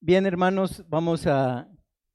Bien, hermanos, vamos a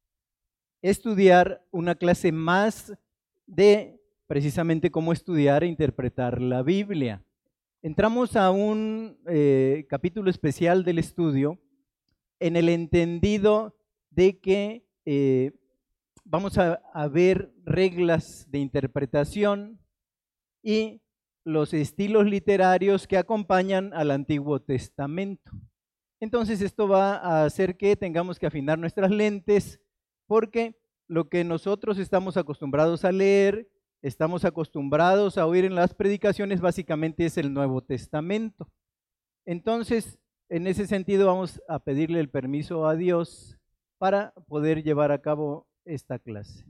estudiar una clase más de precisamente cómo estudiar e interpretar la Biblia. Entramos a un capítulo especial del estudio en el entendido de que vamos a ver reglas de interpretación y los estilos literarios que acompañan al Antiguo Testamento. Entonces esto va a hacer que tengamos que afinar nuestras lentes porque lo que nosotros estamos acostumbrados a leer, estamos acostumbrados a oír en las predicaciones, básicamente es el Nuevo Testamento. Entonces, en ese sentido vamos a pedirle el permiso a Dios para poder llevar a cabo esta clase.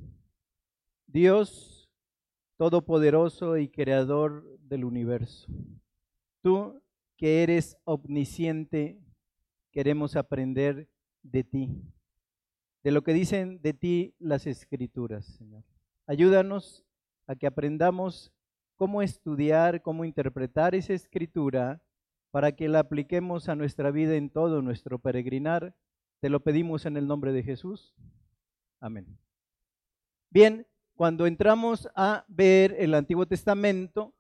Dios todopoderoso y creador del universo, tú que eres omnisciente, queremos aprender de ti, de lo que dicen de ti las Escrituras, Señor. Ayúdanos a que aprendamos cómo estudiar, cómo interpretar esa Escritura para que la apliquemos a nuestra vida en todo nuestro peregrinar. Te lo pedimos en el nombre de Jesús. Amén. Bien, cuando entramos a ver el Antiguo Testamento,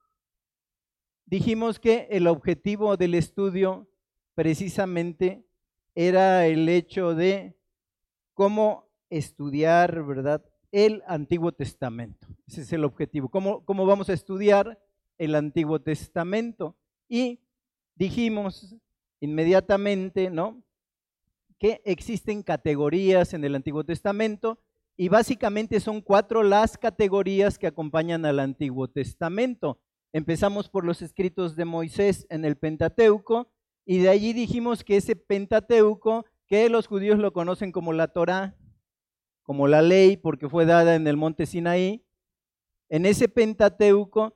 dijimos que el objetivo del estudio precisamente era el hecho de cómo estudiar, ¿verdad?, el Antiguo Testamento. Ese es el objetivo. ¿Cómo vamos a estudiar el Antiguo Testamento? Y dijimos inmediatamente, ¿no?, que existen categorías en el Antiguo Testamento y básicamente son 4 las categorías que acompañan al Antiguo Testamento. Empezamos por los escritos de Moisés en el Pentateuco y de allí dijimos que ese Pentateuco, que los judíos lo conocen como la Torá, como la ley, porque fue dada en el monte Sinaí, en ese Pentateuco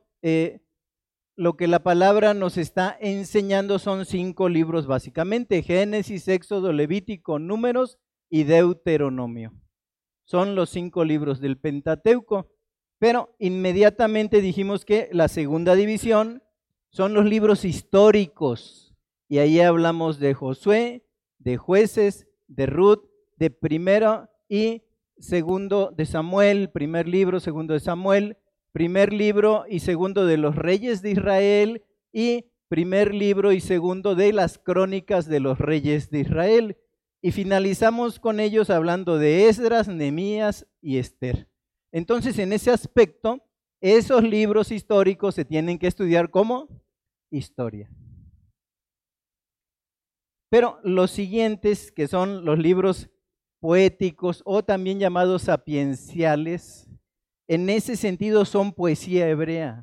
lo que la palabra nos está enseñando son 5 libros básicamente: Génesis, Éxodo, Levítico, Números y Deuteronomio. Son los 5 libros del Pentateuco, pero inmediatamente dijimos que la segunda división son los libros históricos, y ahí hablamos de Josué, de Jueces, de Ruth, de Primero y Segundo de Samuel, primer libro, segundo de Samuel, primer libro y segundo de los reyes de Israel y primer libro y segundo de las crónicas de los reyes de Israel. Y finalizamos con ellos hablando de Esdras, Nehemías y Esther. Entonces, en ese aspecto, esos libros históricos se tienen que estudiar como historia. Pero los siguientes, que son los libros poéticos o también llamados sapienciales, en ese sentido son poesía hebrea.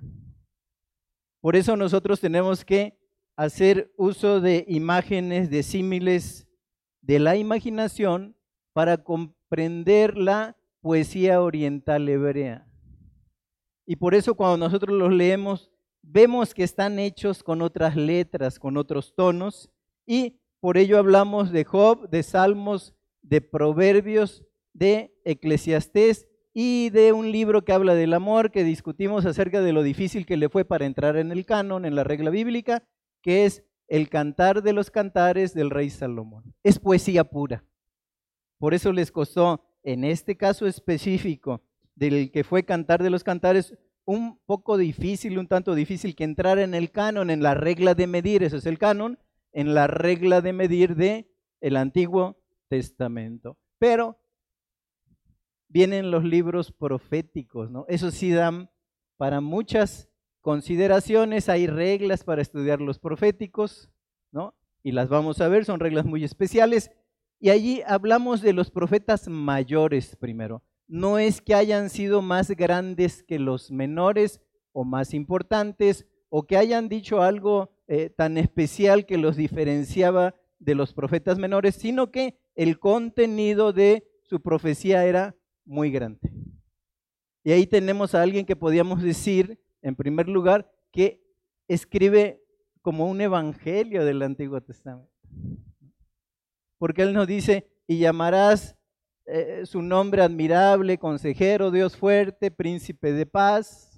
Por eso nosotros tenemos que hacer uso de imágenes, de símiles de la imaginación para comprender la poesía oriental hebrea. Y por eso cuando nosotros los leemos, vemos que están hechos con otras letras, con otros tonos, y por ello hablamos de Job, de Salmos, de Proverbios, de Eclesiastés y de un libro que habla del amor, que discutimos acerca de lo difícil que le fue para entrar en el canon, en la regla bíblica, que es el Cantar de los Cantares del rey Salomón. Es poesía pura. Por eso les costó, en este caso específico, del que fue Cantar de los Cantares, un poco difícil, un tanto difícil que entrar en el canon, en la regla de medir, eso es el canon, en la regla de medir de el Antiguo Testamento. Pero vienen los libros proféticos, ¿no? Eso sí dan para muchas consideraciones. Hay reglas para estudiar los proféticos, ¿no? Y las vamos a ver, son reglas muy especiales. Y allí hablamos de los profetas mayores primero. No es que hayan sido más grandes que los menores o más importantes, o que hayan dicho algo tan especial que los diferenciaba de los profetas menores, sino que el contenido de su profecía era muy grande. Y ahí tenemos a alguien que podíamos decir, en primer lugar, que escribe como un evangelio del Antiguo Testamento. Porque él nos dice, y llamarás su nombre admirable, consejero, Dios fuerte, príncipe de paz.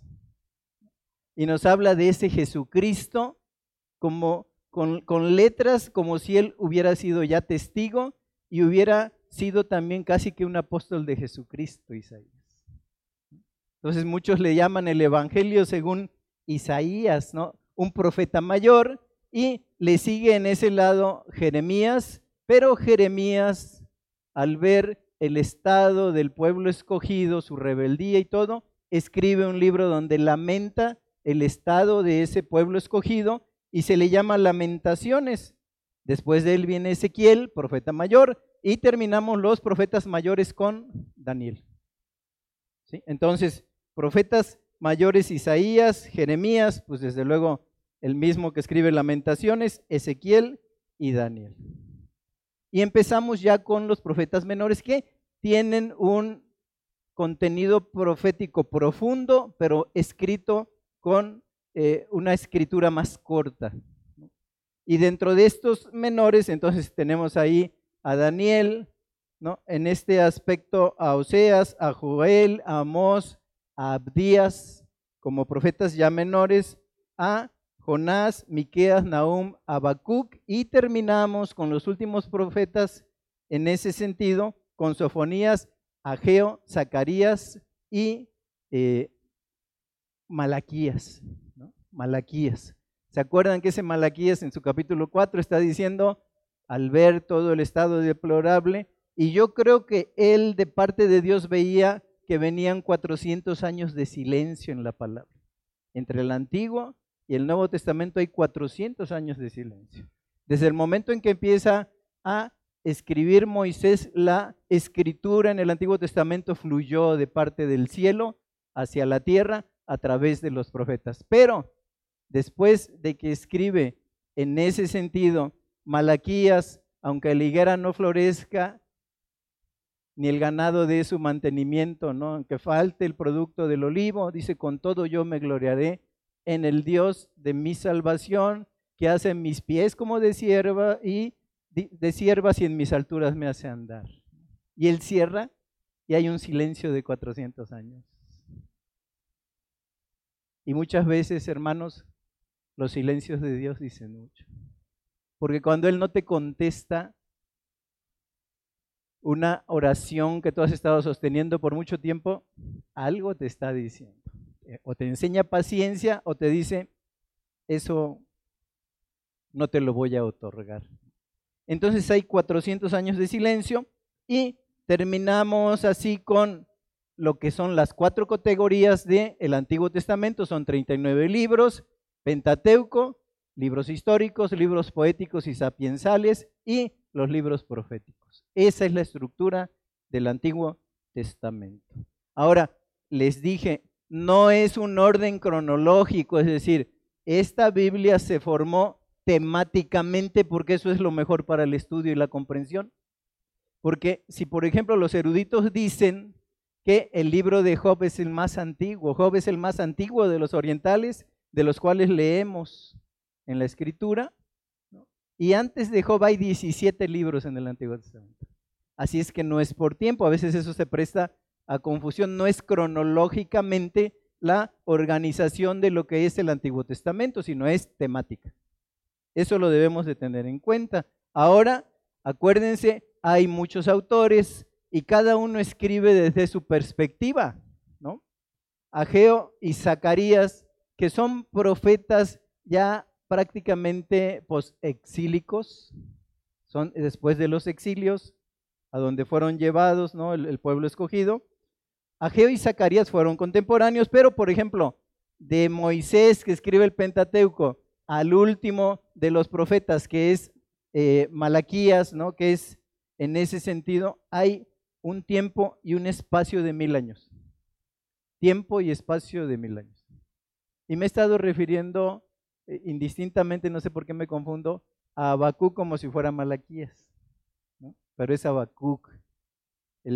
Y nos habla de ese Jesucristo como con letras como si él hubiera sido ya testigo y hubiera sido también casi que un apóstol de Jesucristo, Isaías. Entonces muchos le llaman el Evangelio según Isaías, ¿no? Un profeta mayor, y le sigue en ese lado Jeremías, pero Jeremías, al ver el estado del pueblo escogido, su rebeldía y todo, escribe un libro donde lamenta el estado de ese pueblo escogido y se le llama Lamentaciones. Después de él viene Ezequiel, profeta mayor, y terminamos los profetas mayores con Daniel. ¿Sí? Entonces, profetas mayores Isaías, Jeremías, pues desde luego el mismo que escribe Lamentaciones, Ezequiel y Daniel. Y empezamos ya con los profetas menores que tienen un contenido profético profundo, pero escrito con una escritura más corta. Y dentro de estos menores, entonces tenemos ahí a Daniel, ¿no? En este aspecto a Oseas, a Joel, a Amós, a Abdías, como profetas ya menores, a Jonás, Miqueas, Nahum, Habacuc, y terminamos con los últimos profetas en ese sentido, con Sofonías, Ageo, Zacarías y Malaquías, ¿no? Malaquías. ¿Se acuerdan que ese Malaquías en su capítulo 4 está diciendo, al ver todo el estado deplorable, y yo creo que él de parte de Dios veía que venían 400 años de silencio en la palabra. Entre el Antiguo y el Nuevo Testamento hay 400 años de silencio. Desde el momento en que empieza a escribir Moisés, la escritura en el Antiguo Testamento fluyó de parte del cielo hacia la tierra a través de los profetas. Pero después de que escribe en ese sentido Malaquías, aunque la higuera no florezca, ni el ganado de su mantenimiento, ¿no? Aunque falte el producto del olivo, dice, con todo yo me gloriaré en el Dios de mi salvación, que hace mis pies como de sierva y de siervas y en mis alturas me hace andar. Y él cierra y hay un silencio de 400 años. Y muchas veces, hermanos, los silencios de Dios dicen mucho. Porque cuando Él no te contesta una oración que tú has estado sosteniendo por mucho tiempo, algo te está diciendo. O te enseña paciencia o te dice, eso no te lo voy a otorgar. Entonces hay 400 años de silencio y terminamos así con lo que son las 4 categorías del Antiguo Testamento. Son 39 libros, Pentateuco, libros históricos, libros poéticos y sapiensales y los libros proféticos. Esa es la estructura del Antiguo Testamento. Ahora, les dije, no es un orden cronológico, es decir, esta Biblia se formó temáticamente porque eso es lo mejor para el estudio y la comprensión. Porque si, por ejemplo, los eruditos dicen que el libro de Job es el más antiguo, Job es el más antiguo de los orientales, de los cuales leemos en la Escritura, ¿no? Y antes de Job hay 17 libros en el Antiguo Testamento. Así es que no es por tiempo, a veces eso se presta a confusión, no es cronológicamente la organización de lo que es el Antiguo Testamento, sino es temática. Eso lo debemos de tener en cuenta. Ahora, acuérdense, hay muchos autores y cada uno escribe desde su perspectiva, ¿no? Ageo y Zacarías, que son profetas ya prácticamente exílicos, son después de los exilios, a donde fueron llevados, ¿no? el pueblo escogido. Ageo y Zacarías fueron contemporáneos, pero por ejemplo, de Moisés, que escribe el Pentateuco, al último de los profetas, que es Malaquías, ¿no? Que es en ese sentido, hay un tiempo y un espacio de 1000 años. Tiempo y espacio de 1000 años. Y me he estado refiriendo indistintamente, no sé por qué me confundo, a Habacuc como si fuera Malaquías, ¿no? Pero es Habacuc, el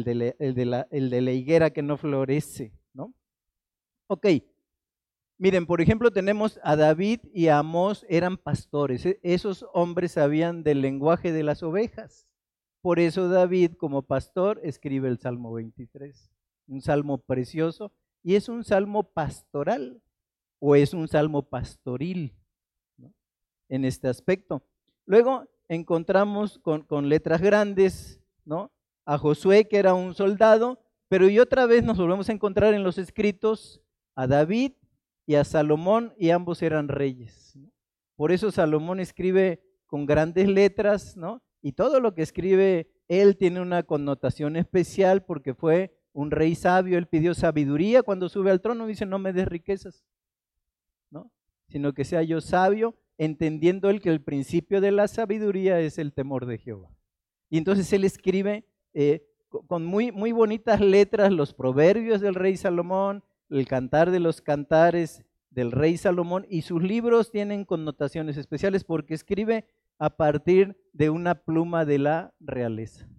de la higuera que no florece, ¿no? Ok. Miren, por ejemplo, tenemos a David y a Amós, eran pastores. Esos hombres sabían del lenguaje de las ovejas. Por eso David, como pastor, escribe el Salmo 23, un salmo precioso, y es un salmo pastoral o es un salmo pastoril, ¿no? En este aspecto. Luego encontramos con letras grandes ¿no? A Josué, que era un soldado, pero y otra vez nos volvemos a encontrar en los escritos a David y a Salomón, y ambos eran reyes, ¿no? Por eso Salomón escribe con grandes letras, ¿no? Y todo lo que escribe él tiene una connotación especial porque fue un rey sabio. Él pidió sabiduría cuando sube al trono, dice: no me des riquezas, ¿no? Sino que sea yo sabio, entendiendo él que el principio de la sabiduría es el temor de Jehová. Y entonces él escribe con muy, muy bonitas letras los proverbios del rey Salomón, el cantar de los cantares del rey Salomón, y sus libros tienen connotaciones especiales porque escribe a partir de una pluma de la realeza.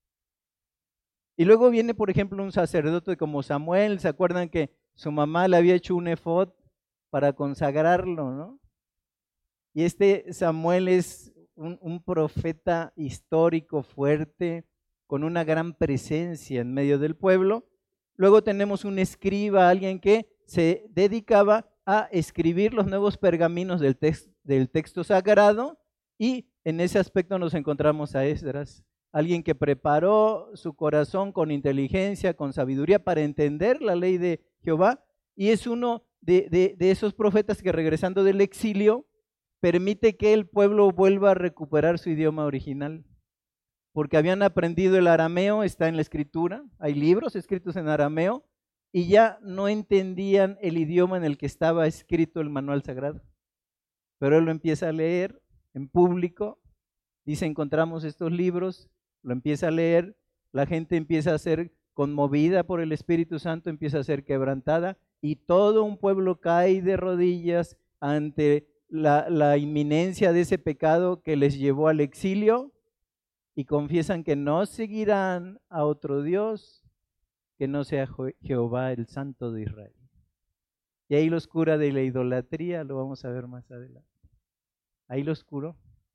Y luego viene, por ejemplo, un sacerdote como Samuel. ¿Se acuerdan que su mamá le había hecho un efod para consagrarlo, ¿no? Y este Samuel es un profeta histórico fuerte, con una gran presencia en medio del pueblo. Luego tenemos un escriba, alguien que se dedicaba a escribir los nuevos pergaminos del texto sagrado, y en ese aspecto nos encontramos a Esdras, alguien que preparó su corazón con inteligencia, con sabiduría para entender la ley de Jehová, y es uno de esos profetas que, regresando del exilio, permite que el pueblo vuelva a recuperar su idioma original, porque habían aprendido el arameo, está en la escritura, hay libros escritos en arameo, y ya no entendían el idioma en el que estaba escrito el manual sagrado. Pero él lo empieza a leer en público, dice: encontramos estos libros, lo empieza a leer, la gente empieza a ser conmovida por el Espíritu Santo, empieza a ser quebrantada, y todo un pueblo cae de rodillas ante la inminencia de ese pecado que les llevó al exilio, y confiesan que no seguirán a otro Dios que no sea Jehová, el Santo de Israel. Y ahí los cura de la idolatría, lo vamos a ver más adelante. Ahí los curó.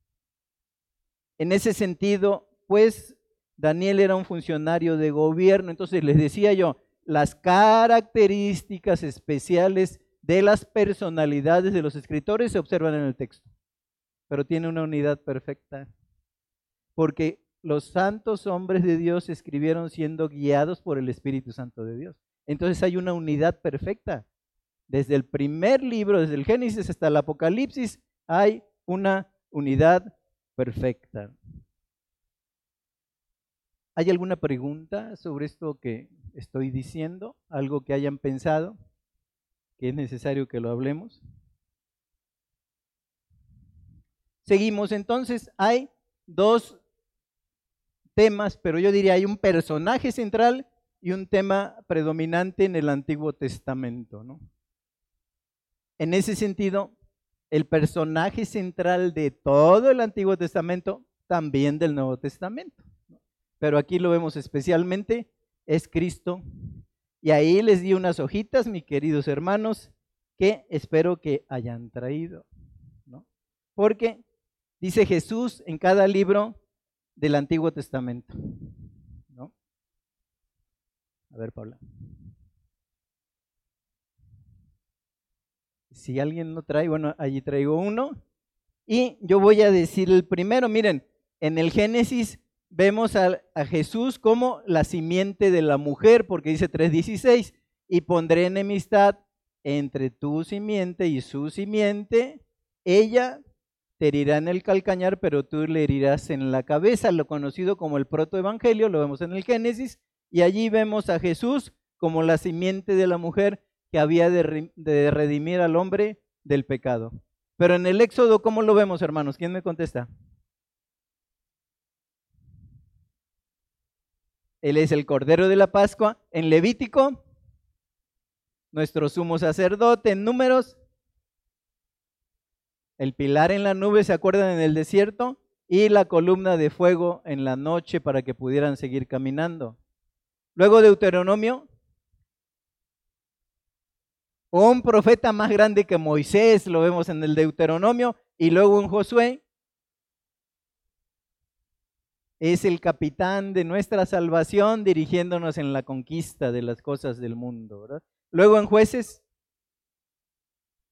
En ese sentido, pues, Daniel era un funcionario de gobierno. Entonces les decía yo, las características especiales de las personalidades de los escritores se observan en el texto, pero tiene una unidad perfecta, porque los santos hombres de Dios escribieron siendo guiados por el Espíritu Santo de Dios. Entonces hay una unidad perfecta. Desde el primer libro, desde el Génesis hasta el Apocalipsis, hay una unidad perfecta. ¿Hay alguna pregunta sobre esto que estoy diciendo? ¿Algo que hayan pensado que es necesario que lo hablemos? Seguimos. Entonces, hay dos temas, pero yo diría hay un personaje central y un tema predominante en el Antiguo Testamento, ¿no? En ese sentido, el personaje central de todo el Antiguo Testamento, también del Nuevo Testamento, ¿no? Pero aquí lo vemos especialmente, es Cristo. Y ahí les di unas hojitas, mis queridos hermanos, que espero que hayan traído, ¿no? Porque dice Jesús en cada libro del Antiguo Testamento, ¿no? A ver, Paula. Si alguien no trae, bueno, allí traigo uno. Y yo voy a decir el primero. Miren, en el Génesis vemos a Jesús como la simiente de la mujer, porque dice 3:16, y pondré enemistad entre tu simiente y su simiente, ella te herirá en el calcañar, pero tú le herirás en la cabeza, lo conocido como el protoevangelio, lo vemos en el Génesis, y allí vemos a Jesús como la simiente de la mujer que había de redimir al hombre del pecado. Pero en el Éxodo, ¿cómo lo vemos, hermanos? ¿Quién me contesta? Él es el Cordero de la Pascua. En Levítico, nuestro sumo sacerdote. En Números, el pilar en la nube, ¿se acuerdan? En el desierto, y la columna de fuego en la noche para que pudieran seguir caminando. Luego Deuteronomio, un profeta más grande que Moisés, lo vemos en el Deuteronomio, y luego en Josué, es el capitán de nuestra salvación dirigiéndonos en la conquista de las cosas del mundo, ¿verdad? Luego en Jueces,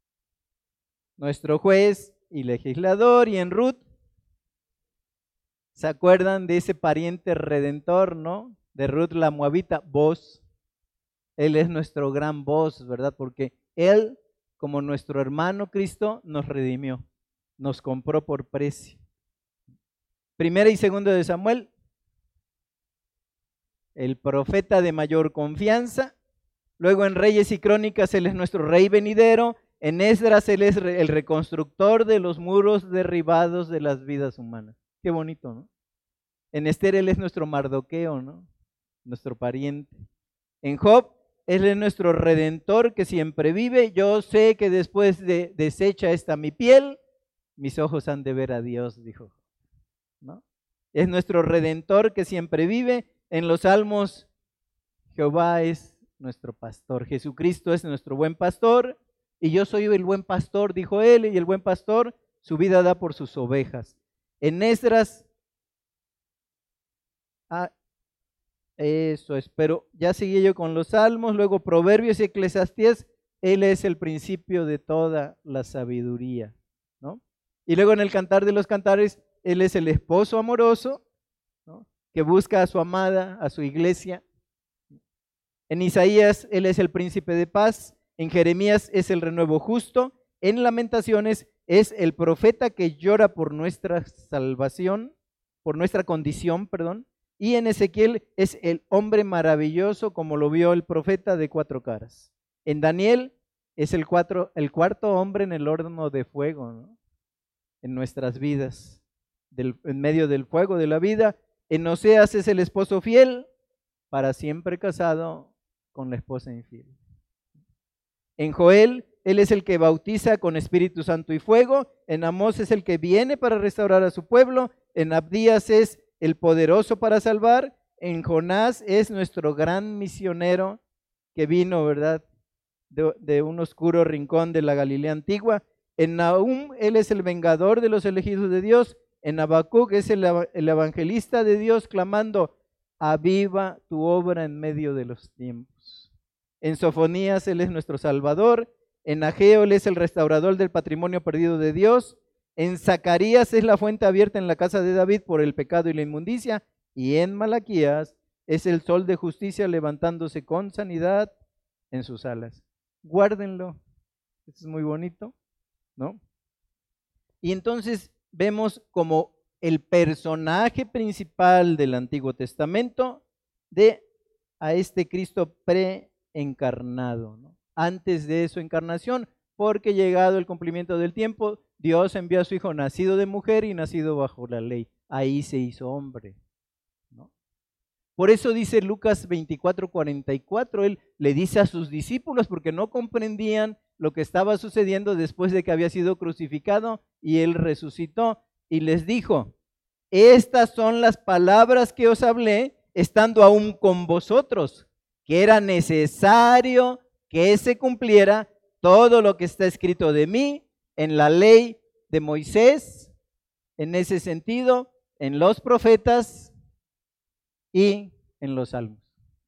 nuestro juez y legislador, y en Ruth, ¿Se acuerdan de ese pariente redentor, no? De Ruth la Moabita, Boz. Él es nuestro gran Boz, ¿verdad? Porque Él, como nuestro hermano Cristo, nos redimió, nos compró por precio. Primera y segunda de Samuel, el profeta de mayor confianza. Luego en Reyes y Crónicas, Él es nuestro rey venidero. En Esdras, Él es el reconstructor de los muros derribados de las vidas humanas. Qué bonito, ¿no? En Esther, Él es nuestro Mardoqueo, ¿no? Nuestro pariente. En Job, Él es nuestro redentor que siempre vive. Yo sé que después de deshecha esta mi piel, mis ojos han de ver a Dios, dijo, ¿no? Es nuestro redentor que siempre vive. En los Salmos, Jehová es nuestro pastor. Jesucristo es nuestro buen pastor. Y yo soy el buen pastor, dijo Él, y el buen pastor su vida da por sus ovejas. En Esdras, eso es, pero ya seguí yo con los Salmos, luego Proverbios y Eclesiastés. Él es el principio de toda la sabiduría, ¿no? Y luego en el Cantar de los Cantares, Él es el esposo amoroso, ¿no? Que busca a su amada, a su iglesia. En Isaías, Él es el príncipe de paz. En Jeremías es el renuevo justo. En Lamentaciones es el profeta que llora por nuestra salvación, por nuestra condición, perdón. Y en Ezequiel es el hombre maravilloso, como lo vio el profeta de 4 caras. En Daniel es el cuarto hombre en el horno de fuego, ¿no? En nuestras vidas, en medio del fuego de la vida. En Oseas es el esposo fiel, para siempre casado con la esposa infiel. En Joel, Él es el que bautiza con Espíritu Santo y fuego. En Amós es el que viene para restaurar a su pueblo. En Abdías es el poderoso para salvar. En Jonás es nuestro gran misionero que vino, ¿verdad?, de un oscuro rincón de la Galilea antigua. En Nahum, Él es el vengador de los elegidos de Dios. En Habacuc es el evangelista de Dios clamando, aviva tu obra en medio de los tiempos. En Sofonías, Él es nuestro Salvador. En Ageo, Él es el restaurador del patrimonio perdido de Dios. En Zacarías es la fuente abierta en la casa de David por el pecado y la inmundicia. Y en Malaquías es el sol de justicia levantándose con sanidad en sus alas. Guárdenlo. Esto es muy bonito, ¿no? Y entonces vemos como el personaje principal del Antiguo Testamento a este Cristo preencarnado, ¿no? Antes de su encarnación, porque llegado el cumplimiento del tiempo, Dios envió a su Hijo nacido de mujer y nacido bajo la ley. Ahí se hizo hombre, ¿no? Por eso dice Lucas 24:44, Él le dice a sus discípulos, porque no comprendían lo que estaba sucediendo después de que había sido crucificado y Él resucitó, y les dijo, estas son las palabras que os hablé estando aún con vosotros, que era necesario que se cumpliera todo lo que está escrito de mí en la ley de Moisés, en ese sentido, en los profetas y en los salmos.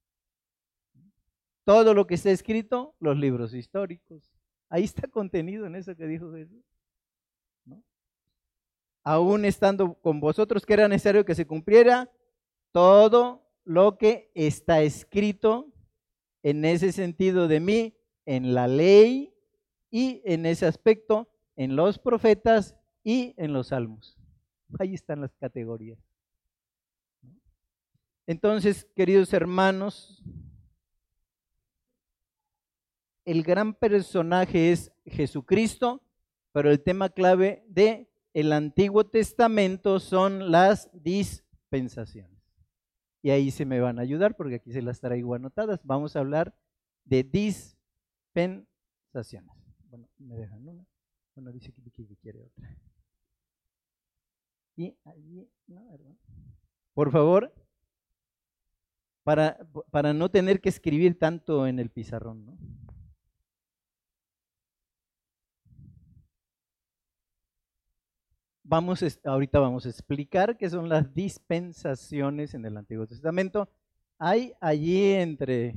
Todo lo que está escrito, los libros históricos. Ahí está contenido en eso que dijo Jesús, ¿no? Aún estando con vosotros, que era necesario que se cumpliera todo lo que está escrito en ese sentido de mí, en la ley y en ese aspecto, en los profetas y en los salmos. Ahí están las categorías. Entonces, queridos hermanos, el gran personaje es Jesucristo, pero el tema clave del Antiguo Testamento son las dispensaciones. Y ahí se me van a ayudar porque aquí se las traigo anotadas. Vamos a hablar de dispensaciones. Bueno, me dejan una. Bueno, dice que quiere otra. Y allí, no, ¿verdad? Por favor, para no tener que escribir tanto en el pizarrón, ¿no? Ahorita vamos a explicar qué son las dispensaciones en el Antiguo Testamento. Hay allí entre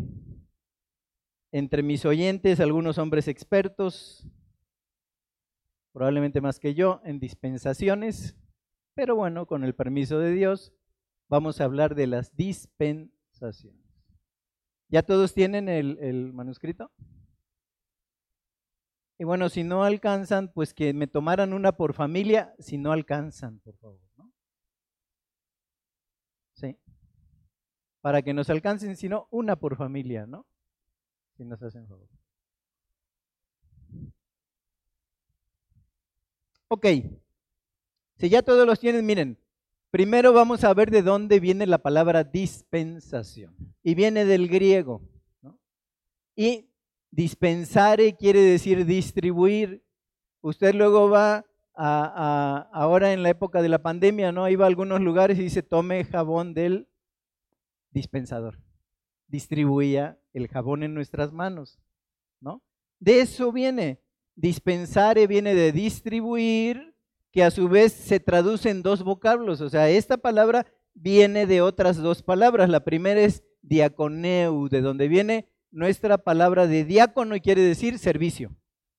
mis oyentes algunos hombres expertos, probablemente más que yo, en dispensaciones. Pero bueno, con el permiso de Dios, vamos a hablar de las dispensaciones. ¿Ya todos tienen el manuscrito? Y bueno, si no alcanzan, pues que me tomaran una por familia, si no alcanzan, por favor, ¿no? Sí. Para que nos alcancen, si no, una por familia, ¿no? Si nos hacen favor. Ok. Si ya todos los tienen, miren, primero vamos a ver de dónde viene la palabra dispensación. Y viene del griego, ¿no? Y dispensare quiere decir distribuir. Usted luego va ahora en la época de la pandemia, ¿no? Iba a algunos lugares y dice, tome jabón del dispensador. Distribuía el jabón en nuestras manos, ¿no? De eso viene. Dispensare viene de distribuir, que a su vez se traduce en dos vocablos. O sea, esta palabra viene de otras dos palabras. La primera es diaconeu, de donde viene nuestra palabra de diácono y quiere decir servicio.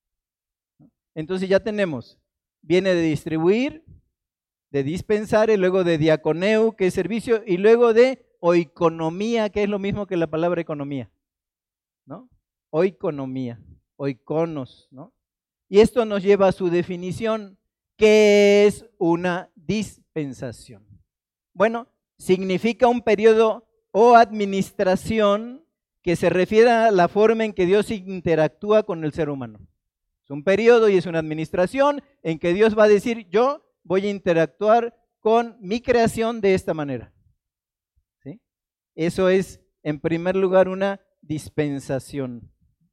Entonces ya tenemos, viene de distribuir, de dispensar, y luego de diaconeu, que es servicio, y luego de oikonomía, que es lo mismo que la palabra economía, ¿no? Oikonomía, oikonos, ¿no? Y esto nos lleva a su definición, que es una dispensación. Bueno, significa un periodo o administración que se refiere a la forma en que Dios interactúa con el ser humano. Es un periodo y es una administración en que Dios va a decir, yo voy a interactuar con mi creación de esta manera. ¿Sí? Eso es, en primer lugar, una dispensación.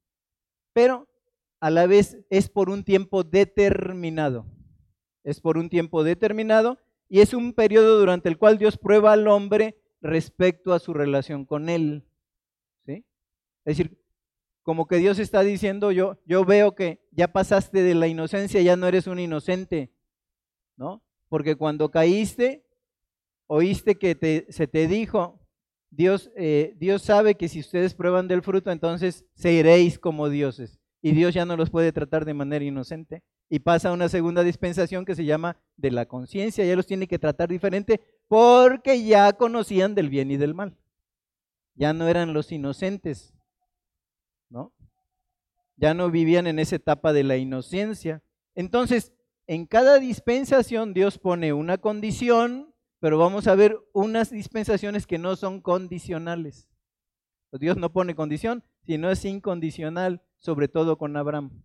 Pero a la vez es por un tiempo determinado. Es por un tiempo determinado y es un periodo durante el cual Dios prueba al hombre respecto a su relación con él. ¿Sí? Es decir, como que Dios está diciendo, yo veo que ya pasaste de la inocencia, ya no eres un inocente, ¿no? Porque cuando caíste, oíste que se te dijo, Dios sabe que si ustedes prueban del fruto, entonces seréis como dioses. Y Dios ya no los puede tratar de manera inocente. Y pasa una segunda dispensación que se llama de la conciencia, ya los tiene que tratar diferente porque ya conocían del bien y del mal. Ya no eran los inocentes, ¿no? Ya no vivían en esa etapa de la inocencia. Entonces, en cada dispensación Dios pone una condición, pero vamos a ver unas dispensaciones que no son condicionales. Dios no pone condición, sino es incondicional, sobre todo con Abraham,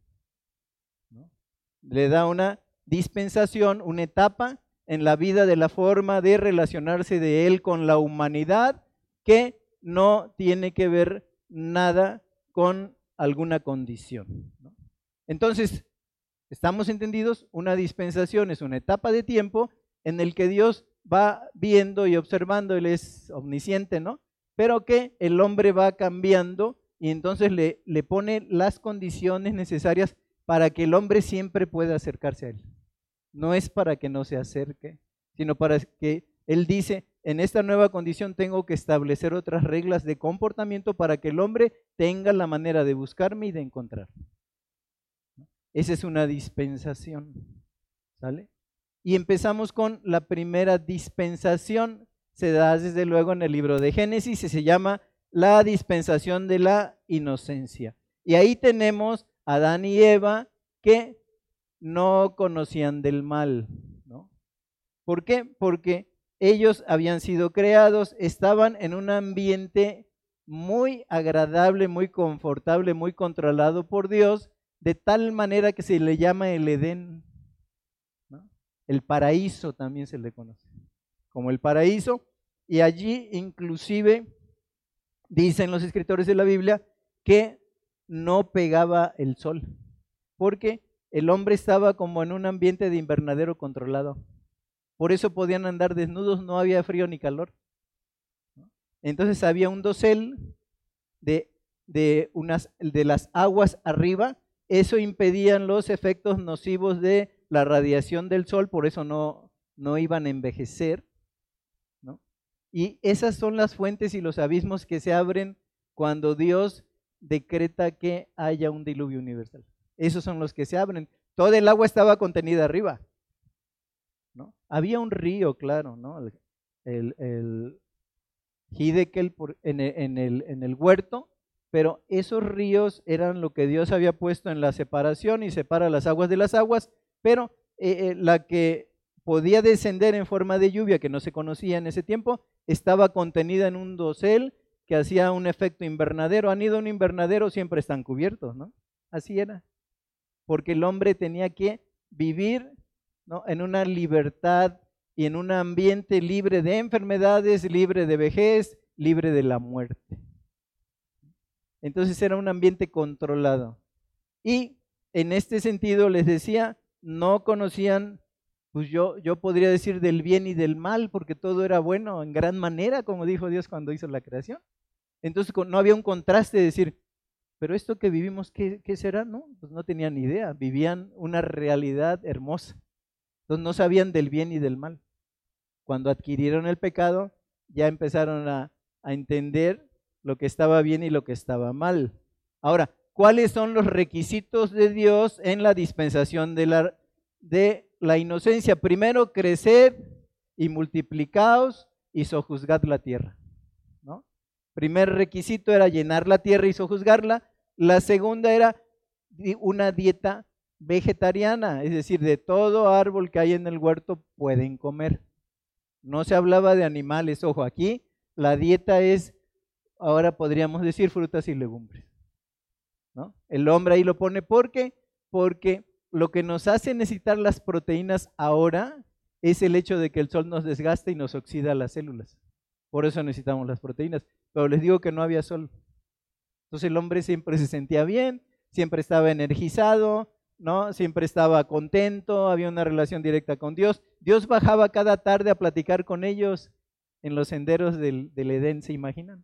¿no? Le da una dispensación, una etapa en la vida de la forma de relacionarse de él con la humanidad que no tiene que ver nada con alguna condición, ¿no? Entonces, ¿estamos entendidos? Una dispensación es una etapa de tiempo en el que Dios va viendo y observando, Él es omnisciente, ¿no? Pero que el hombre va cambiando y entonces le pone las condiciones necesarias para que el hombre siempre pueda acercarse a Él. No es para que no se acerque, sino para que Él dice, en esta nueva condición tengo que establecer otras reglas de comportamiento para que el hombre tenga la manera de buscarme y de encontrarme. Esa es una dispensación, ¿sale? Y empezamos con la primera dispensación, se da desde luego en el libro de Génesis, y se llama la dispensación de la inocencia. Y ahí tenemos a Adán y Eva que no conocían del mal, ¿no? ¿Por qué? Porque ellos habían sido creados, estaban en un ambiente muy agradable, muy confortable, muy controlado por Dios, de tal manera que se le llama el Edén, ¿no? El paraíso también se le conoce como el paraíso, y allí inclusive dicen los escritores de la Biblia que no pegaba el sol, porque el hombre estaba como en un ambiente de invernadero controlado. Por eso podían andar desnudos, no había frío ni calor. Entonces había un dosel de las aguas arriba. Eso impedían los efectos nocivos de la radiación del sol, por eso no iban a envejecer, ¿no? Y esas son las fuentes y los abismos que se abren cuando Dios decreta que haya un diluvio universal. Esos son los que se abren. Toda el agua estaba contenida arriba, ¿no? Había un río, claro, ¿no? El Hiddekel en el huerto, pero esos ríos eran lo que Dios había puesto en la separación y separa las aguas de las aguas, pero la que podía descender en forma de lluvia, que no se conocía en ese tiempo, estaba contenida en un dosel que hacía un efecto invernadero. Han ido a un invernadero, siempre están cubiertos, ¿no? Así era, porque el hombre tenía que vivir, ¿no?, en una libertad y en un ambiente libre de enfermedades, libre de vejez, libre de la muerte. Entonces era un ambiente controlado. Y en este sentido les decía, no conocían, pues yo podría decir del bien y del mal, porque todo era bueno en gran manera, como dijo Dios cuando hizo la creación. Entonces no había un contraste de decir, pero esto que vivimos, ¿qué será? No, pues no tenían ni idea, vivían una realidad hermosa. Entonces no sabían del bien y del mal. Cuando adquirieron el pecado, ya empezaron a entender lo que estaba bien y lo que estaba mal. Ahora, ¿cuáles son los requisitos de Dios en la dispensación de la inocencia? Primero, crecer y multiplicaos y sojuzgad la tierra, ¿no? Primer requisito era llenar la tierra y sojuzgarla. La segunda era una dieta vegetariana, es decir, de todo árbol que hay en el huerto pueden comer. No se hablaba de animales, ojo, aquí la dieta es, ahora podríamos decir, frutas y legumbres, ¿no? El hombre ahí lo pone porque lo que nos hace necesitar las proteínas ahora es el hecho de que el sol nos desgasta y nos oxida las células. Por eso necesitamos las proteínas. Pero les digo que no había sol. Entonces el hombre siempre se sentía bien, siempre estaba energizado, ¿no? Siempre estaba contento, había una relación directa con Dios. Dios bajaba cada tarde a platicar con ellos en los senderos del Edén, ¿se imaginan?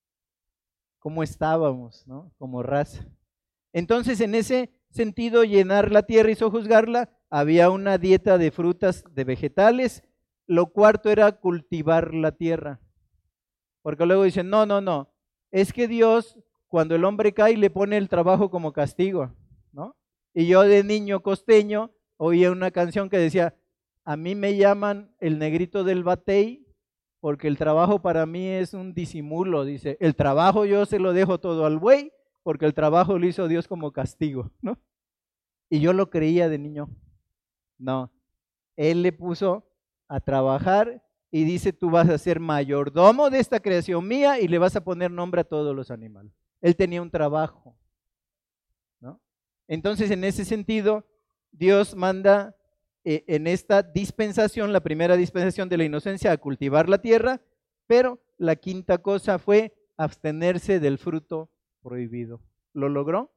¿Cómo estábamos, ¿no?, como raza? Entonces, en ese sentido, llenar la tierra y sojuzgarla, había una dieta de frutas, de vegetales. Lo cuarto era cultivar la tierra. Porque luego dicen, no, es que Dios, cuando el hombre cae, le pone el trabajo como castigo, ¿no? Y yo de niño costeño oía una canción que decía, a mí me llaman el negrito del batey, porque el trabajo para mí es un disimulo. Dice, el trabajo yo se lo dejo todo al buey, porque el trabajo lo hizo Dios como castigo, ¿no? Y yo lo creía de niño. No, Él le puso a trabajar y dice, tú vas a ser mayordomo de esta creación mía y le vas a poner nombre a todos los animales. Él tenía un trabajo, ¿no? Entonces, en ese sentido, Dios manda en esta dispensación, la primera dispensación de la inocencia, a cultivar la tierra, pero la quinta cosa fue abstenerse del fruto prohibido. ¿Lo logró?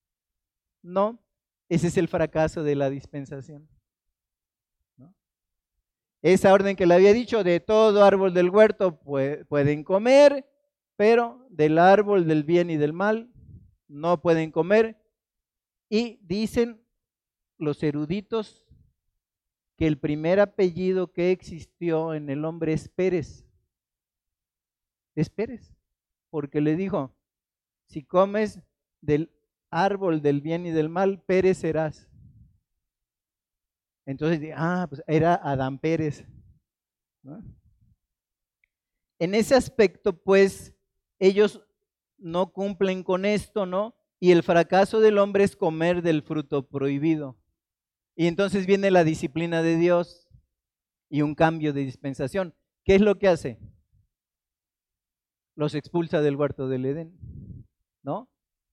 No, ese es el fracaso de la dispensación, ¿no? Esa orden que le había dicho, de todo árbol del huerto pueden comer, pero del árbol del bien y del mal no pueden comer. Y dicen los eruditos que el primer apellido que existió en el hombre es Pérez. Es Pérez, porque le dijo, si comes del árbol del bien y del mal, Pérez serás. Entonces, pues era Adán Pérez, ¿no? En ese aspecto, pues, ellos no cumplen con esto, ¿no? Y el fracaso del hombre es comer del fruto prohibido. Y entonces viene la disciplina de Dios y un cambio de dispensación. ¿Qué es lo que hace? Los expulsa del huerto del Edén, ¿no?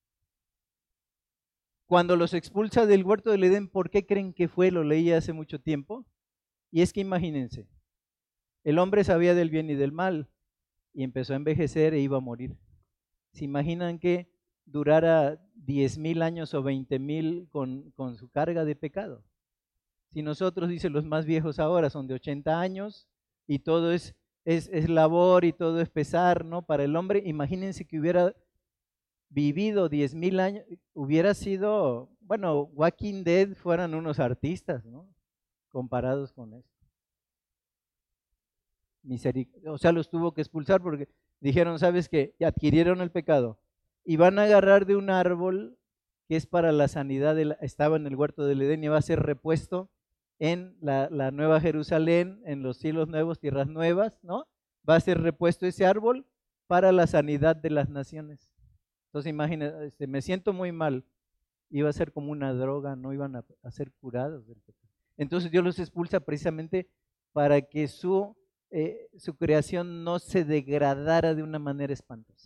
Cuando los expulsa del huerto del Edén, ¿por qué creen que fue? Lo leí hace mucho tiempo. Y es que imagínense, el hombre sabía del bien y del mal y empezó a envejecer e iba a morir. ¿Se imaginan que durara 10,000 años o 20,000 con su carga de pecado? Si nosotros, dice, los más viejos ahora son de 80 años y todo es labor y todo es pesar, ¿no?, para el hombre, imagínense que hubiera vivido 10,000 años, hubiera sido, bueno, Walking Dead fueran unos artistas, ¿no?, comparados con esto. O sea, los tuvo que expulsar porque dijeron, ¿sabes qué? Adquirieron el pecado y van a agarrar de un árbol que es para la sanidad, estaba en el huerto del Edén y va a ser repuesto en la Nueva Jerusalén, en los cielos nuevos, tierras nuevas, ¿no? Va a ser repuesto ese árbol para la sanidad de las naciones. Entonces imagínense, me siento muy mal, iba a ser como una droga, no iban a ser curados del pecado. Entonces Dios los expulsa precisamente para que su creación no se degradara de una manera espantosa.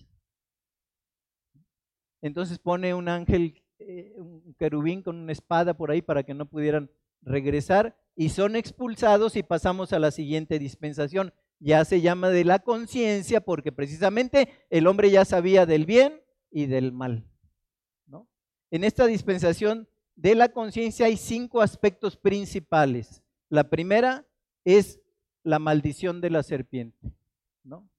Entonces pone un ángel, un querubín con una espada por ahí para que no pudieran regresar, y son expulsados, y pasamos a la siguiente dispensación. Ya se llama de la conciencia, porque precisamente el hombre ya sabía del bien y del mal, ¿no? En esta dispensación de la conciencia hay 5 aspectos principales. La primera es la maldición de la serpiente, ¿no?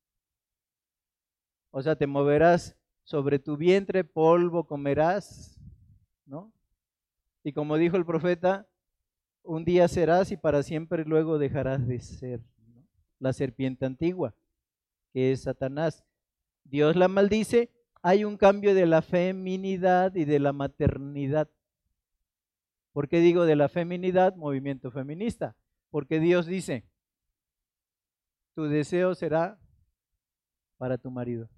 O sea, te moverás sobre tu vientre, polvo comerás, ¿no? Y como dijo el profeta, un día serás y para siempre luego dejarás de ser, ¿no? La serpiente antigua, que es Satanás. Dios la maldice. Hay un cambio de la feminidad y de la maternidad. ¿Por qué digo de la feminidad? Movimiento feminista. Porque Dios dice, tu deseo será para tu marido.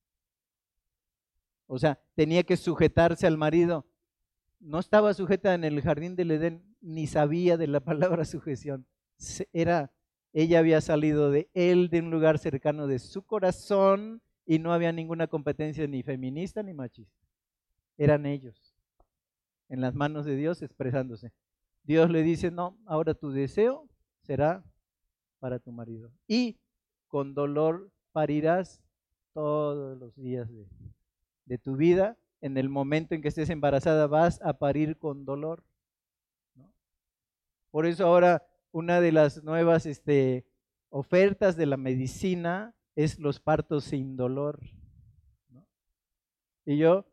O sea, tenía que sujetarse al marido. No estaba sujeta en el jardín del Edén, ni sabía de la palabra sujeción. Ella había salido de él, de un lugar cercano de su corazón, y no había ninguna competencia ni feminista ni machista. Eran ellos, en las manos de Dios expresándose. Dios le dice, no, ahora tu deseo será para tu marido. Y con dolor parirás todos los días de tu vida. En el momento en que estés embarazada vas a parir con dolor, ¿no? Por eso ahora una de las nuevas ofertas de la medicina es los partos sin dolor, ¿no? Y yo,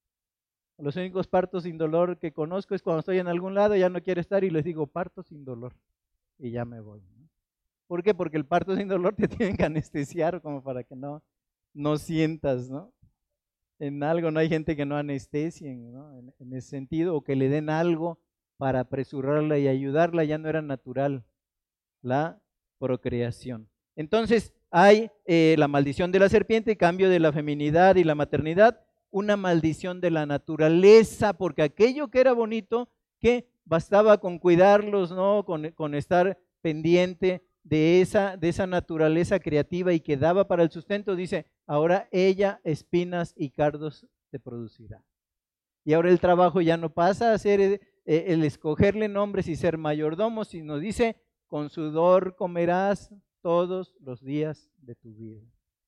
los únicos partos sin dolor que conozco es cuando estoy en algún lado, ya no quiero estar y les digo parto sin dolor y ya me voy, ¿no? ¿Por qué? Porque el parto sin dolor te tienen que anestesiar como para que no sientas, ¿no? En algo, no hay gente que no anestesien, ¿no? En ese sentido, o que le den algo para apresurarla y ayudarla, ya no era natural la procreación. Entonces hay la maldición de la serpiente, cambio de la feminidad y la maternidad, una maldición de la naturaleza, porque aquello que era bonito, que bastaba con cuidarlos, ¿no? Con estar pendiente de esa naturaleza creativa y que daba para el sustento, dice, ahora ella espinas y cardos te producirá. Y ahora el trabajo ya no pasa a ser el escogerle nombres y ser mayordomo, sino dice, con sudor comerás todos los días de tu vida.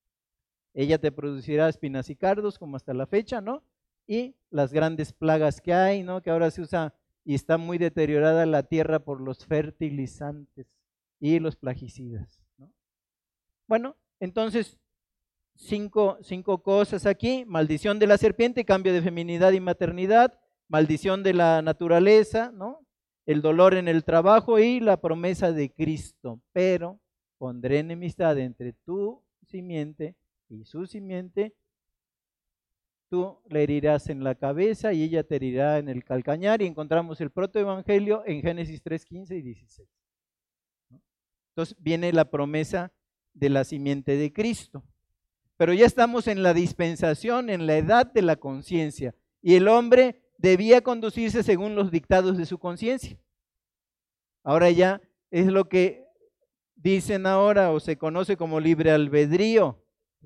Ella te producirá espinas y cardos, como hasta la fecha, ¿no? Y las grandes plagas que hay, ¿no? Que ahora se usa y está muy deteriorada la tierra por los fertilizantes y los plaguicidas, ¿no? Bueno, entonces, cinco cosas aquí: maldición de la serpiente, cambio de feminidad y maternidad, maldición de la naturaleza, ¿no? El dolor en el trabajo y la promesa de Cristo. Pero pondré enemistad entre tu simiente y su simiente. Tú le herirás en la cabeza y ella te herirá en el calcañar. Y encontramos el protoevangelio en Génesis 3, 15 y 16. Entonces viene la promesa de la simiente de Cristo. Pero ya estamos en la dispensación, en la edad de la conciencia. Y el hombre debía conducirse según los dictados de su conciencia. Ahora ya es lo que dicen ahora, o se conoce como libre albedrío.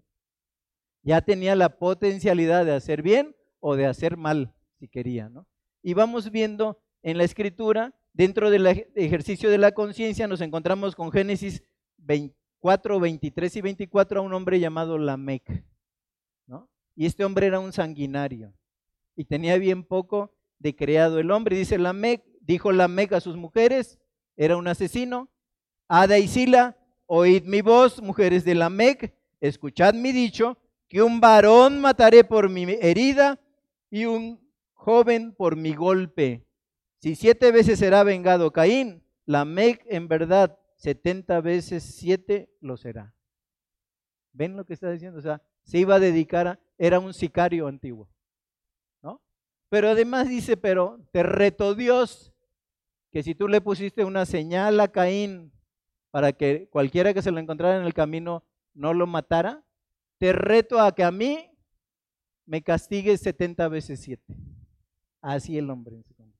Ya tenía la potencialidad de hacer bien o de hacer mal, si quería, ¿no? Y vamos viendo en la Escritura, dentro del ejercicio de la conciencia, nos encontramos con Génesis 24, 23 y 24, a un hombre llamado Lamec, ¿no? Y este hombre era un sanguinario y tenía bien poco de creado el hombre. Dice Lamec, dijo Lamec a sus mujeres, era un asesino: Ada y Sila, oíd mi voz, mujeres de Lamec, escuchad mi dicho, que un varón mataré por mi herida y un joven por mi golpe. Si 7 veces será vengado Caín, Lamec en verdad 70 veces 7 lo será. ¿Ven lo que está diciendo? O sea, se iba a dedicar era un sicario antiguo, ¿no? Pero además dice, pero te reto Dios, que si tú le pusiste una señal a Caín para que cualquiera que se lo encontrara en el camino no lo matara, te reto a que a mí me castigues 70 veces 7. Así el hombre en su condición.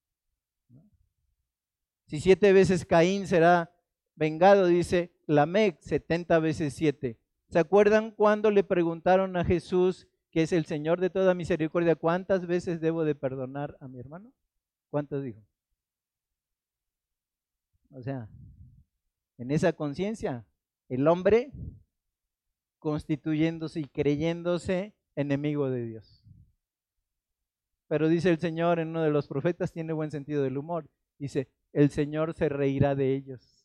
Si 7 veces Caín será vengado, dice Lamec, 70 veces 7. ¿Se acuerdan cuando le preguntaron a Jesús, que es el Señor de toda misericordia, cuántas veces debo de perdonar a mi hermano? ¿Cuántas dijo? O sea, en esa conciencia, el hombre constituyéndose y creyéndose enemigo de Dios. Pero dice el Señor en uno de los profetas, tiene buen sentido del humor, dice, el Señor se reirá de ellos.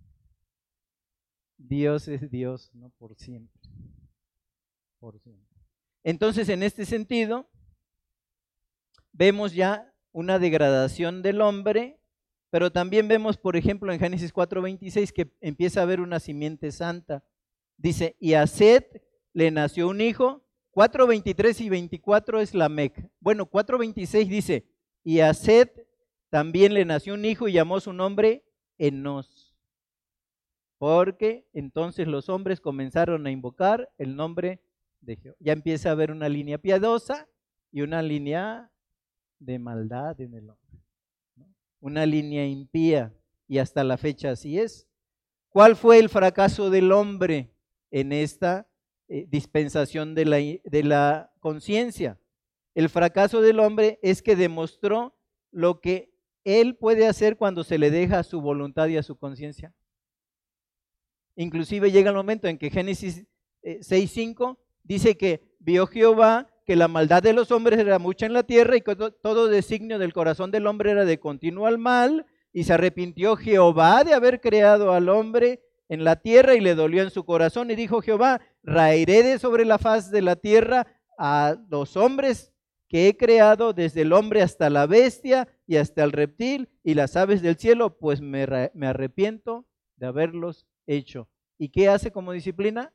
Dios es Dios, ¿no? Por siempre. Por siempre. Entonces, en este sentido, vemos ya una degradación del hombre, pero también vemos, por ejemplo, en Génesis 4:26, que empieza a haber una simiente santa. Dice, y a Set le nació un hijo. 4:23 y 24 es Lamec. Bueno, 4:26 dice, y a Set también le nació un hijo y llamó su nombre Enos. Porque entonces los hombres comenzaron a invocar el nombre de Jehová. Ya empieza a haber una línea piadosa y una línea de maldad en el hombre, ¿no? Una línea impía, y hasta la fecha así es. ¿Cuál fue el fracaso del hombre en esta dispensación de la conciencia? El fracaso del hombre es que demostró lo que él puede hacer cuando se le deja a su voluntad y a su conciencia. Inclusive llega el momento en que Génesis 6:5 dice que vio Jehová que la maldad de los hombres era mucha en la tierra y que todo designio del corazón del hombre era de continuo al mal, y se arrepintió Jehová de haber creado al hombre en la tierra y le dolió en su corazón, y dijo Jehová, raeré de sobre la faz de la tierra a los hombres que he creado, desde el hombre hasta la bestia y hasta el reptil y las aves del cielo, pues me arrepiento de haberlos hecho. ¿Y qué hace como disciplina?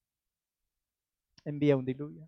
Envía un diluvio.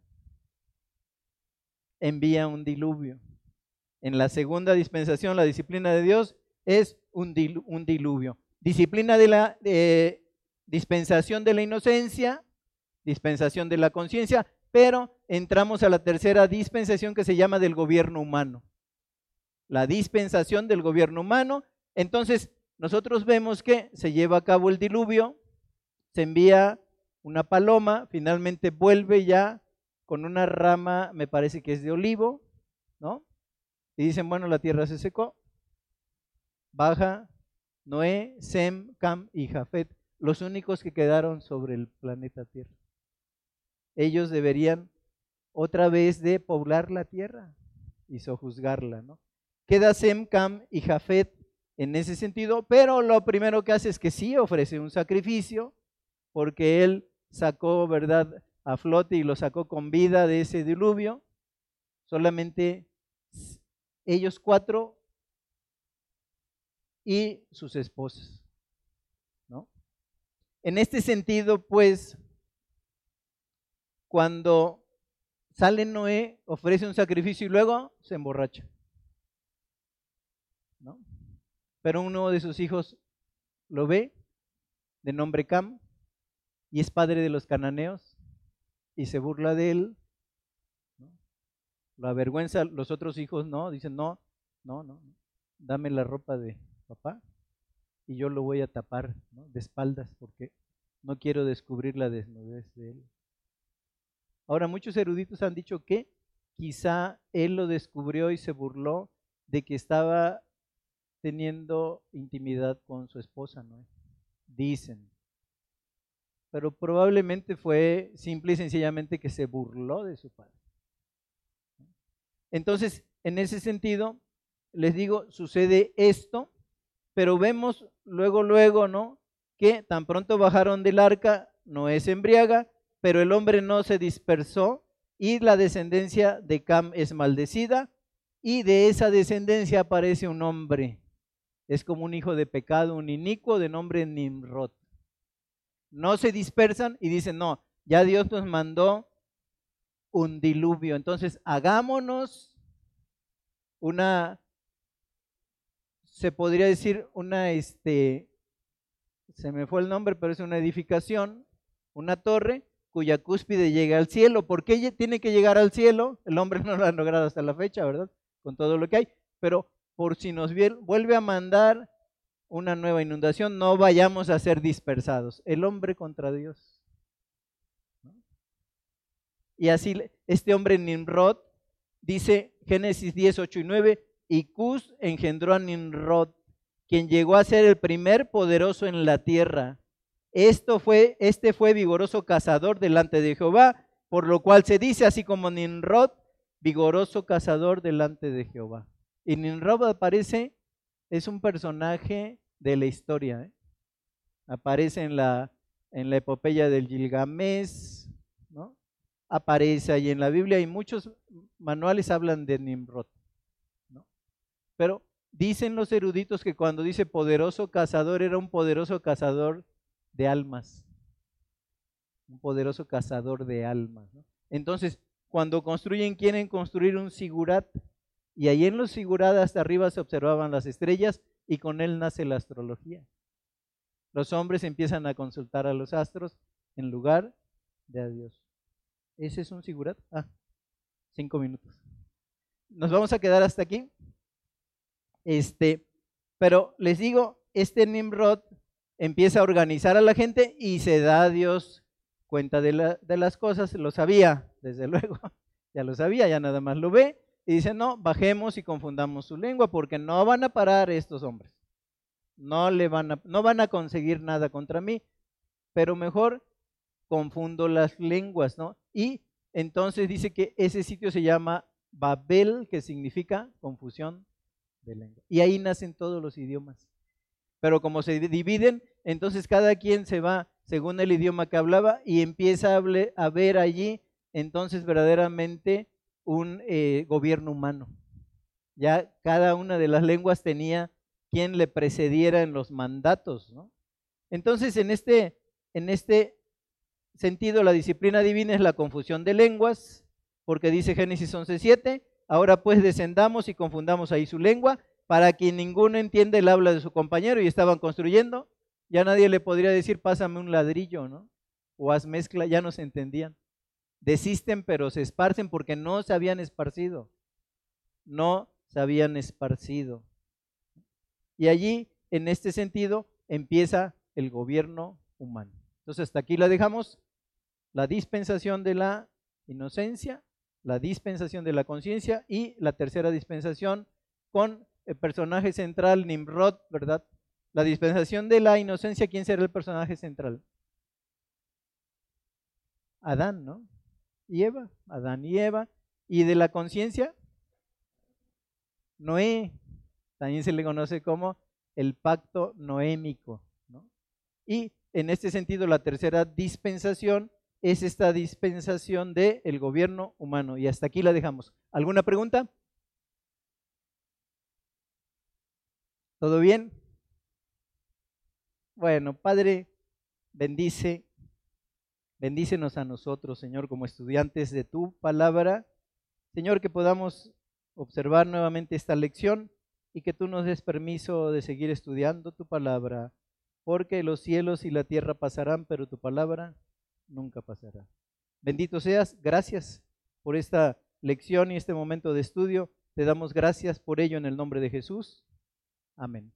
Envía un diluvio. En la segunda dispensación, la disciplina de Dios es un diluvio. Disciplina de la dispensación de la inocencia, dispensación de la conciencia, pero entramos a la tercera dispensación que se llama del gobierno humano. La dispensación del gobierno humano. Entonces, nosotros vemos que se lleva a cabo el diluvio, se envía una paloma, finalmente vuelve ya con una rama, me parece que es de olivo, ¿no? Y dicen, bueno, la tierra se secó. Baja Noé, Sem, Cam y Jafet, los únicos que quedaron sobre el planeta Tierra. Ellos deberían otra vez de poblar la tierra y sojuzgarla, ¿no? Queda Sem, Cam y Jafet en ese sentido, pero lo primero que hace es que sí ofrece un sacrificio, porque él sacó, ¿verdad?, a flote y lo sacó con vida de ese diluvio. Solamente ellos 4 y sus esposas, ¿no? En este sentido, pues, cuando sale Noé, ofrece un sacrificio y luego se emborracha, ¿no? Pero uno de sus hijos lo ve, de nombre Cam, y es padre de los cananeos, y se burla de él, ¿no? Lo avergüenza. Los otros hijos no, dicen no, dame la ropa de papá y yo lo voy a tapar, ¿no?, de espaldas, porque no quiero descubrir la desnudez de él. Ahora, muchos eruditos han dicho que quizá él lo descubrió y se burló de que estaba teniendo intimidad con su esposa, ¿no? Dicen. Pero probablemente fue simple y sencillamente que se burló de su padre. Entonces, en ese sentido, les digo, sucede esto, pero vemos luego, ¿no?, que tan pronto bajaron del arca, Noé se embriaga, pero el hombre no se dispersó y la descendencia de Cam es maldecida, y de esa descendencia aparece un hombre. Es como un hijo de pecado, un inicuo de nombre Nimrod. No se dispersan y dicen, no, ya Dios nos mandó un diluvio, entonces hagámonos una se podría decir se me fue el nombre, pero es una edificación, una torre cuya cúspide llega al cielo. ¿Por qué tiene que llegar al cielo? El hombre no lo ha logrado hasta la fecha, ¿verdad? Con todo lo que hay, pero por si nos vuelve a mandar una nueva inundación, no vayamos a ser dispersados. El hombre contra Dios. Y así este hombre Nimrod, dice Génesis 10, 8 y 9, y Cus engendró a Nimrod, quien llegó a ser el primer poderoso en la tierra. Este fue vigoroso cazador delante de Jehová, por lo cual se dice así como Nimrod, vigoroso cazador delante de Jehová. Y Nimrod aparece, es un personaje de la historia, aparece en la epopeya del Gilgamesh, ¿no? Aparece ahí en la Biblia y muchos manuales hablan de Nimrod, ¿no? Pero dicen los eruditos que cuando dice poderoso cazador, era un poderoso cazador de almas, un poderoso cazador de almas, ¿no? Entonces, cuando quieren construir un sigurat, y ahí en los sigurat hasta arriba se observaban las estrellas, y con él nace la astrología. Los hombres empiezan a consultar a los astros en lugar de a Dios. ¿Ese es un sigurat? 5 minutos. Nos vamos a quedar hasta aquí. Pero les digo, Nimrod empieza a organizar a la gente y se da a Dios cuenta de las cosas. Lo sabía, desde luego, ya lo sabía, ya nada más lo ve y dice, no, bajemos y confundamos su lengua porque no van a parar estos hombres. No van a conseguir nada contra mí, pero mejor confundo las lenguas, ¿no? Y entonces dice que ese sitio se llama Babel, que significa confusión de lengua. Y ahí nacen todos los idiomas. Pero como se dividen, entonces cada quien se va según el idioma que hablaba y empieza a ver allí entonces verdaderamente un gobierno humano. Ya cada una de las lenguas tenía quien le precediera en los mandatos, ¿no? Entonces en este sentido, la disciplina divina es la confusión de lenguas, porque dice Génesis 11:7, ahora pues descendamos y confundamos ahí su lengua, para que ninguno entienda el habla de su compañero. Y estaban construyendo, ya nadie le podría decir, pásame un ladrillo, ¿no? O haz mezcla, ya no se entendían. Desisten, pero se esparcen porque no se habían esparcido. No se habían esparcido. Y allí, en este sentido, empieza el gobierno humano. Entonces, hasta aquí la dejamos. La dispensación de la inocencia, la dispensación de la conciencia y la tercera dispensación con el personaje central, Nimrod, ¿verdad? La dispensación de la inocencia, ¿quién será el personaje central? Adán, ¿no? Y Eva, Adán y Eva. Y de la conciencia, Noé, también se le conoce como el pacto noémico, ¿no? Y en este sentido, la tercera dispensación es esta dispensación del gobierno humano. Y hasta aquí la dejamos. ¿Alguna pregunta? ¿Todo bien? Bueno, Padre, bendícenos a nosotros, Señor, como estudiantes de tu palabra. Señor, que podamos observar nuevamente esta lección y que tú nos des permiso de seguir estudiando tu palabra, porque los cielos y la tierra pasarán, pero tu palabra nunca pasará. Bendito seas, gracias por esta lección y este momento de estudio. Te damos gracias por ello en el nombre de Jesús. Amén.